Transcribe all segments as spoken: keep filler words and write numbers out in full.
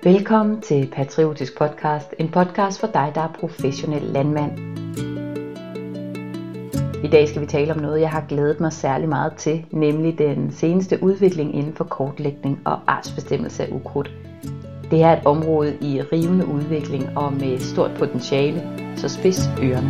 Velkommen til Patriotisk Podcast, en podcast for dig, der er professionel landmand. I dag skal vi tale om noget, jeg har glædet mig særlig meget til, nemlig den seneste udvikling inden for kortlægning og artsbestemmelse af ukrudt. Det er et område i rivende udvikling og med stort potentiale, så spids ørerne.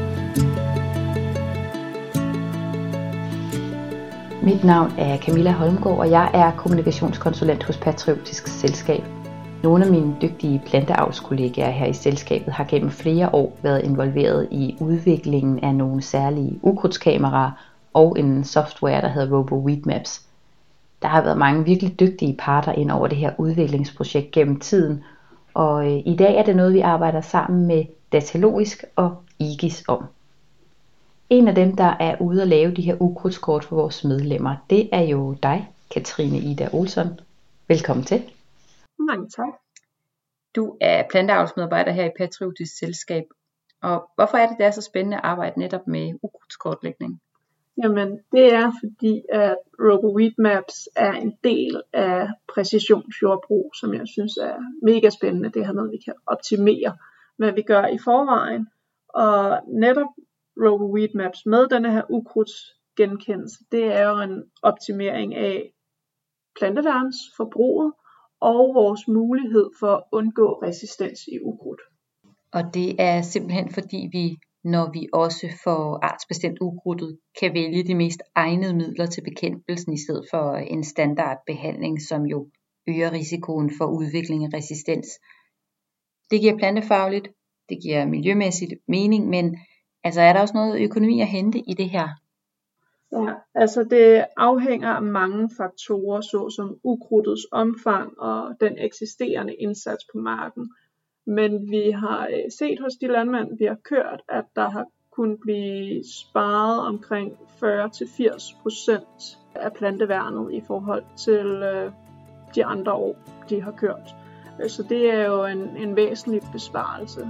Mit navn er Camilla Holmgaard, og jeg er kommunikationskonsulent hos Patriotisk Selskab. Nogle af mine dygtige planteavlskollegaer her i selskabet har gennem flere år været involveret i udviklingen af nogle særlige ukrudtskameraer og en software, der hedder RoboWeedMaps. Der har været mange virkelig dygtige parter ind over det her udviklingsprojekt gennem tiden, og i dag er det noget, vi arbejder sammen med Datalogisk og IGIS om. En af dem, der er ude at lave de her ukrudtskort for vores medlemmer, det er jo dig, Katrine Ida Olsson. Velkommen til. Mange tak. Du er planteavlsmedarbejder her i Patriotisk Selskab, og hvorfor er det, det er så spændende at arbejde netop med ukrudtskortlægning? Jamen, det er fordi, at RoboWeedMaps er en del af præcisionsjordbrug, som jeg synes er mega spændende. Det her med, at vi kan optimere, hvad vi gør i forvejen. Og netop RoboWeedMaps med denne her ukrudtsgenkendelse, det er jo en optimering af planteværnsforbruget og vores mulighed for at undgå resistens i ukrudt. Og det er simpelthen fordi vi, når vi også får artsbestemt ukrudtet, kan vælge de mest egnede midler til bekæmpelsen i stedet for en standardbehandling, som jo øger risikoen for udvikling af resistens. Det giver plantefagligt, det giver miljømæssigt mening, men altså er der også noget økonomi at hente i det her? Ja, altså det afhænger af mange faktorer, såsom ukrudtets omfang og den eksisterende indsats på marken. Men vi har set hos de landmænd, vi har kørt, at der har kunnet blive sparet omkring fyrre til firs procent af planteværnet i forhold til øh, de andre år, de har kørt. Så det er jo en, en væsentlig besparelse.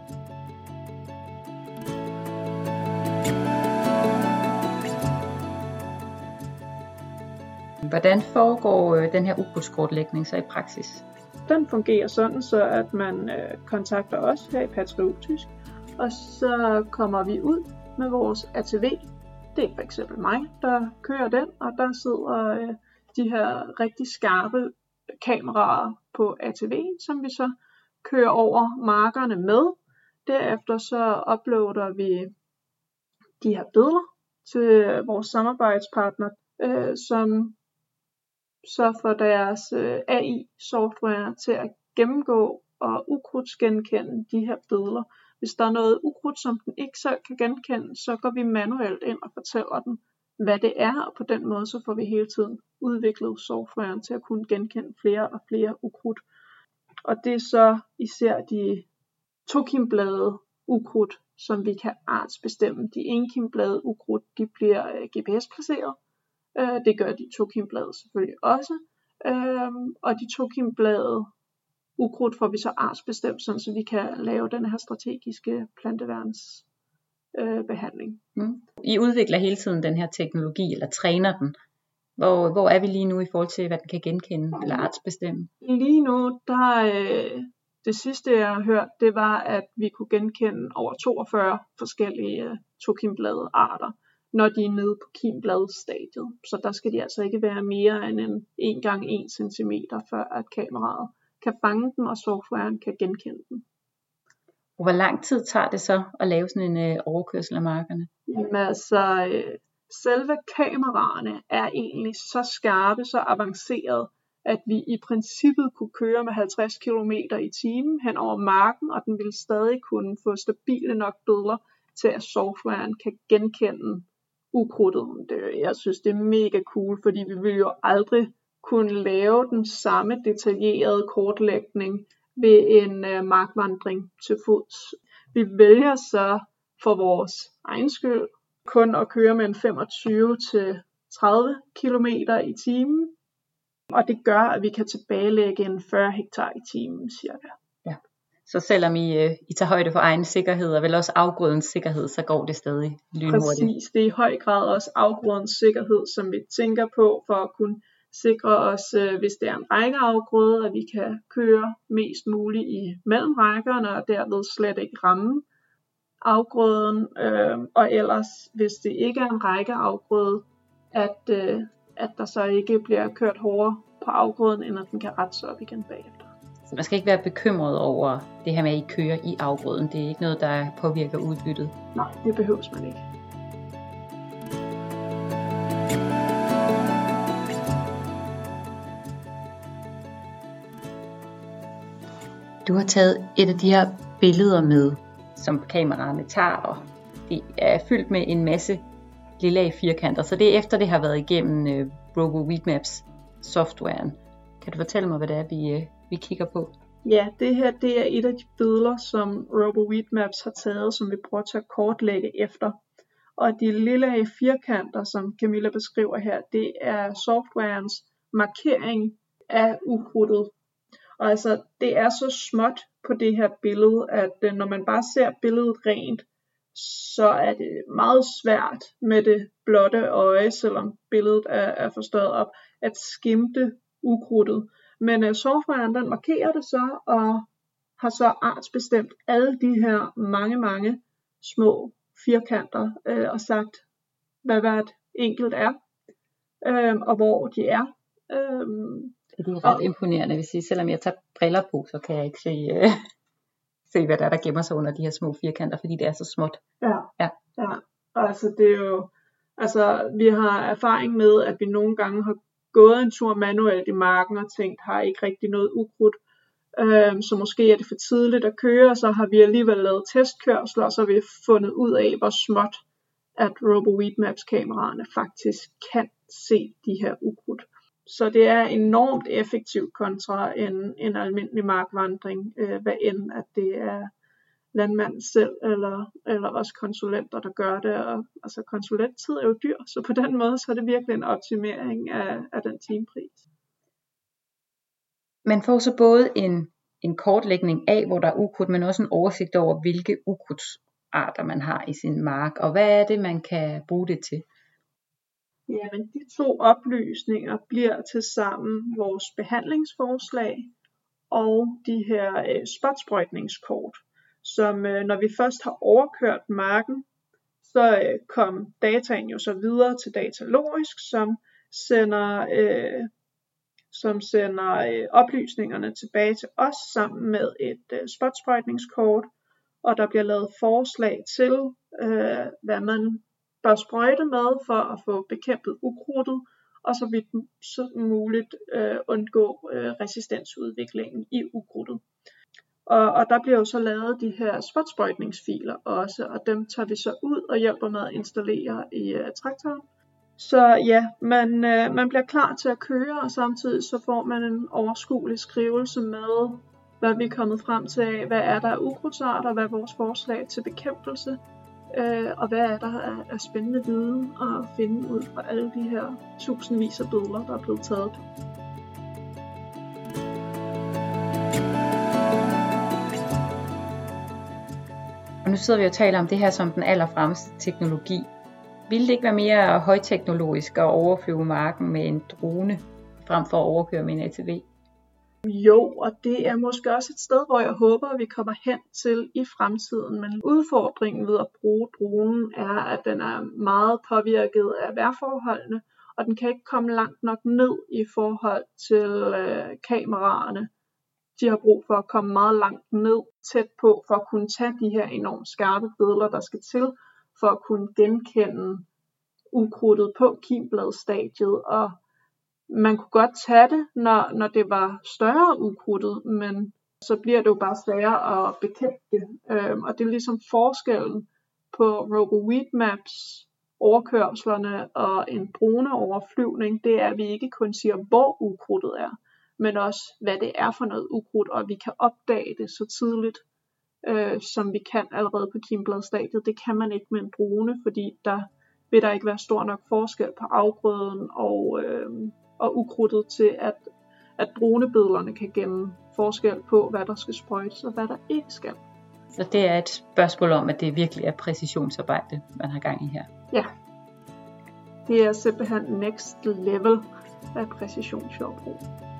Hvordan foregår den her ukrudtskortlægning så i praksis? Den fungerer sådan, så at man øh, kontakter os her i Patriotisk, og så kommer vi ud med vores A T V. Det er for eksempel mig, der kører den, og der sidder øh, de her rigtig skarpe kameraer på A T V'en, som vi så kører over markerne med. Derefter så uploader vi de her billeder til vores samarbejdspartner, øh, som så får deres øh, A I-software til at gennemgå og ukrudtsgenkende de her billeder. Hvis der er noget ukrudt, som den ikke selv kan genkende, så går vi manuelt ind og fortæller den, hvad det er, og på den måde så får vi hele tiden udviklet softwaren til at kunne genkende flere og flere ukrudt. Og det er så især de tokimblade ukrudt, som vi kan artsbestemme. De enkimblade ukrudt, de bliver øh, G P S-placeret. Det gør de tokimblade selvfølgelig også. Og de tokimblade ukrudt får vi så artsbestemt, så vi kan lave den her strategiske planteværnsbehandling. Mm. I udvikler hele tiden den her teknologi, eller træner den. Hvor, hvor er vi lige nu i forhold til, hvad den kan genkende eller artsbestemme? Lige nu, der det sidste jeg har hørt, det var, at vi kunne genkende over toogfyrre forskellige tokimblade arter, når de er nede på kimbladstadiet. Så der skal de altså ikke være mere end en en gange en centimeter, før at kameraet kan fange dem, og softwaren kan genkende dem. Hvor lang tid tager det så at lave sådan en øh, overkørsel af markerne? Jamen altså, øh, selve kameraerne er egentlig så skarpe, så avanceret, at vi i princippet kunne køre med halvtreds kilometer i timen hen over marken, og den ville stadig kunne få stabile nok billeder til, at softwaren kan genkende ukrudtet. Det, jeg synes, det er mega cool, fordi vi vil jo aldrig kunne lave den samme detaljerede kortlægning ved en øh, markvandring til fods. Vi vælger så for vores egen skyld kun at køre med en femogtyve til tredive kilometer i timen, og det gør, at vi kan tilbagelægge en fyrre hektar i timen cirka. Ja. Så selvom I, øh, I tager højde for egen sikkerhed, og vel også afgrødens sikkerhed, så går det stadig lynhurtigt. Præcis, det er i høj grad også afgrødens sikkerhed, som vi tænker på for at kunne sikrer os, øh, hvis det er en rækkeafgrøde, at vi kan køre mest muligt i mellem rækkerne, og derved slet ikke ramme afgrøden. Øh, og ellers, hvis det ikke er en rækkeafgrøde, at, øh, at der så ikke bliver kørt hårdere på afgrøden, end at den kan rette sig op igen bagefter. Så man skal ikke være bekymret over det her med, at I kører i afgrøden. Det er ikke noget, der påvirker udbyttet. Nej, det behøves man ikke. Du har taget et af de her billeder med, som kameraerne tager, og det er fyldt med en masse lille A firkanter. Så det er efter, det har været igennem uh, RoboWeedMaps softwaren. Kan du fortælle mig, hvad det er, vi, uh, vi kigger på? Ja, det her det er et af de billeder, som RoboWeedMaps har taget, som vi prøver til at kortlægge efter. Og de lille A firkanter, som Camilla beskriver her, det er softwarens markering af ukrudtet. Og altså, det er så småt på det her billede, at når man bare ser billedet rent, så er det meget svært med det blotte øje, selvom billedet er, er forstørret op, at skimte ukrudtet. Men uh, softwaren, den markerer det så, og har så artsbestemt alle de her mange, mange små firkanter, øh, og sagt, hvad hvert enkelt er, øh, og hvor de er. Øh, det er ret og, imponerende, vil sige. Selvom jeg tager briller på, så kan jeg ikke se, øh, se hvad der er, der gemmer sig under de her små firkanter, fordi det er så småt. Ja, ja. ja. Altså det er jo, altså vi har erfaring med, at vi nogle gange har gået en tur manuelt i marken og tænkt, har ikke rigtig noget ukrudt, øh, så måske er det for tidligt at køre, så har vi alligevel lavet testkørsler, og så har vi fundet ud af, hvor småt at RoboWeedMaps kameraerne faktisk kan se de her ukrudt. Så det er enormt effektivt kontra en, en almindelig markvandring, øh, hvad end at det er landmanden selv eller, eller også konsulenter, der gør det. Og, altså konsulenttid er jo dyr, så på den måde så er det virkelig en optimering af, af den timepris. Man får så både en, en kortlægning af, hvor der er ukrudt, men også en oversigt over, hvilke ukrudtsarter man har i sin mark, og hvad er det, man kan bruge det til? Ja, men de to oplysninger bliver til sammen vores behandlingsforslag og de her øh, spotsprøjtningskort, som øh, når vi først har overkørt marken, så øh, kom dataen jo så videre til Datalogisk, som sender, øh, som sender øh, oplysningerne tilbage til os sammen med et øh, spotsprøjtningskort, og der bliver lavet forslag til, øh, hvad man bør sprøjte med for at få bekæmpet ukrudtet, og så vidt så muligt øh, undgå øh, resistensudviklingen i ukrudtet. Og, og der bliver jo så lavet de her spotsprøjtningsfiler også, og dem tager vi så ud og hjælper med at installere i øh, traktoren. Så ja, man, øh, man bliver klar til at køre, og samtidig så får man en overskuelig skrivelse med, hvad vi er kommet frem til, hvad er der af ukrudtsarter, hvad er vores forslag til bekæmpelse, øh, og hvad er der af, af spændende viden at finde ud fra alle de her tusindvis af billeder, der er blevet taget. Og nu sidder vi og taler om det her som den allerfremmeste teknologi. Ville det ikke være mere højteknologisk at overflyve marken med en drone, frem for at overkøre med en A T V? Jo, og det er måske også et sted, hvor jeg håber, at vi kommer hen til i fremtiden. Men udfordringen ved at bruge dronen er, at den er meget påvirket af vejrforholdene, og den kan ikke komme langt nok ned i forhold til øh, kameraerne. De har brug for at komme meget langt ned, tæt på, for at kunne tage de her enormt skarpe billeder, der skal til, for at kunne genkende ukrudtet på kimbladstadiet. Og man kunne godt tage det, når, når det var større ukrudtet, men så bliver det jo bare sværere at bekæmpe det. Øhm, og det er ligesom forskellen på RoboWeedMaps overkørslerne og en droneoverflyvning, det er, at vi ikke kun siger, hvor ukrudtet er, men også, hvad det er for noget ukrudt, og vi kan opdage det så tidligt, øh, som vi kan allerede på kimbladstadiet. Det kan man ikke med en drone, fordi der vil der ikke være stor nok forskel på afgrøden og, øh, og ukrudtet til, at, at dronebillederne kan gemme forskel på, hvad der skal sprøjtes og hvad der ikke skal. Så det er et spørgsmål om, at det virkelig er præcisionsarbejde, man har gang i her? Ja, det er simpelthen next level. af præcisionsjordbrug.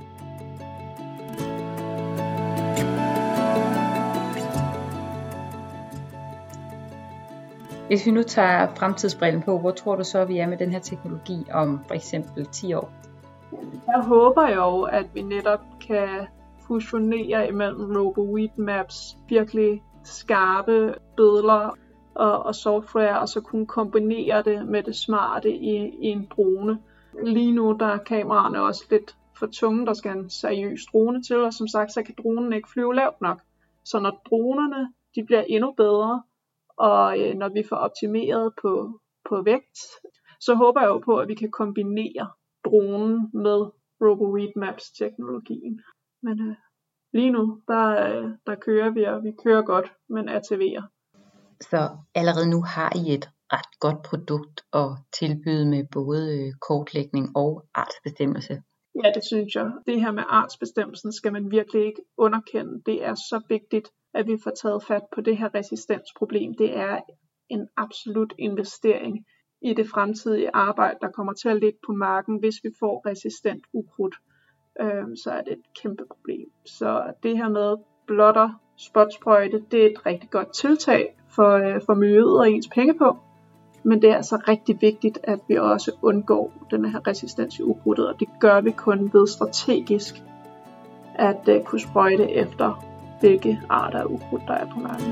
Hvis vi nu tager fremtidsbrillen på, hvor tror du så, vi er med den her teknologi om for eksempel ti år? Jeg håber jo, at vi netop kan fusionere imellem RoboWeedMaps virkelig skarpe billeder og, og software, og så kunne kombinere det med det smarte i, i en drone. Lige nu der er kameraerne også lidt for tunge, der skal en seriøs drone til, og som sagt, så kan dronen ikke flyve lavt nok. Så når dronerne de bliver endnu bedre, og øh, når vi får optimeret på, på vægt, så håber jeg jo på, at vi kan kombinere dronen med RoboWeedMaps-teknologien. Men øh, lige nu, der, øh, der kører vi, og vi kører godt med en A T V'er. Så allerede nu har I et ret godt produkt at tilbyde med både kortlægning og artsbestemmelse. Ja, det synes jeg. Det her med artsbestemmelsen skal man virkelig ikke underkende. Det er så vigtigt, at vi får taget fat på det her resistensproblem. Det er en absolut investering i det fremtidige arbejde, der kommer til at ligge på marken, hvis vi får resistent ukrudt. Øh, så er det et kæmpe problem. Så det her med blotter, spotsprøjte, det er et rigtig godt tiltag for, øh, for miljøet og ens penge på. Men det er altså rigtig vigtigt, at vi også undgår den her resistens i ukrudtet, og det gør vi kun ved strategisk at uh, kunne sprøjte efter, hvilke arter af ukrudt der er på marken.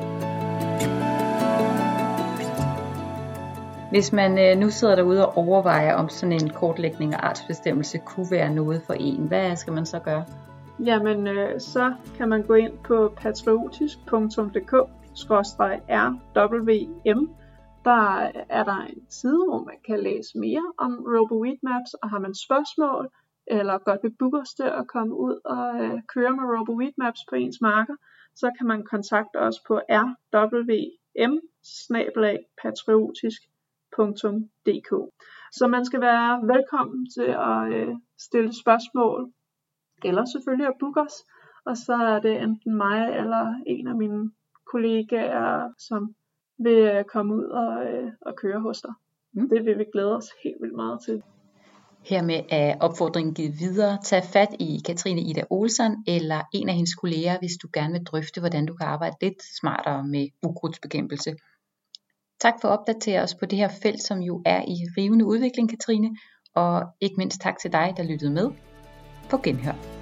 Hvis man øh, nu sidder derude og overvejer, om sådan en kortlægning af artsbestemmelse kunne være noget for en, hvad skal man så gøre? Jamen, øh, så kan man gå ind på patriotisk punktum d k skråstreg r w m. Der er der en side, hvor man kan læse mere om RoboWeedMaps, og har man spørgsmål, eller godt vil booke os til at komme ud og øh, køre med RoboWeedMaps på ens marker, så kan man kontakte os på r w m bindestreg patriotisk punktum d k. Så man skal være velkommen til at øh, stille spørgsmål, eller selvfølgelig at booke os, og så er det enten mig eller en af mine kollegaer, som vil komme ud og, øh, og køre hos dig. Mm. Det vil vi glæde os helt vildt meget til. Hermed er opfordringen givet videre. Tag fat i Katrine Ida Olsson eller en af hendes kolleger, hvis du gerne vil drøfte, hvordan du kan arbejde lidt smartere med ukrudtsbekæmpelse. Tak for at opdatere os på det her felt, som jo er i rivende udvikling, Katrine. Og ikke mindst tak til dig, der lyttede med. På genhør.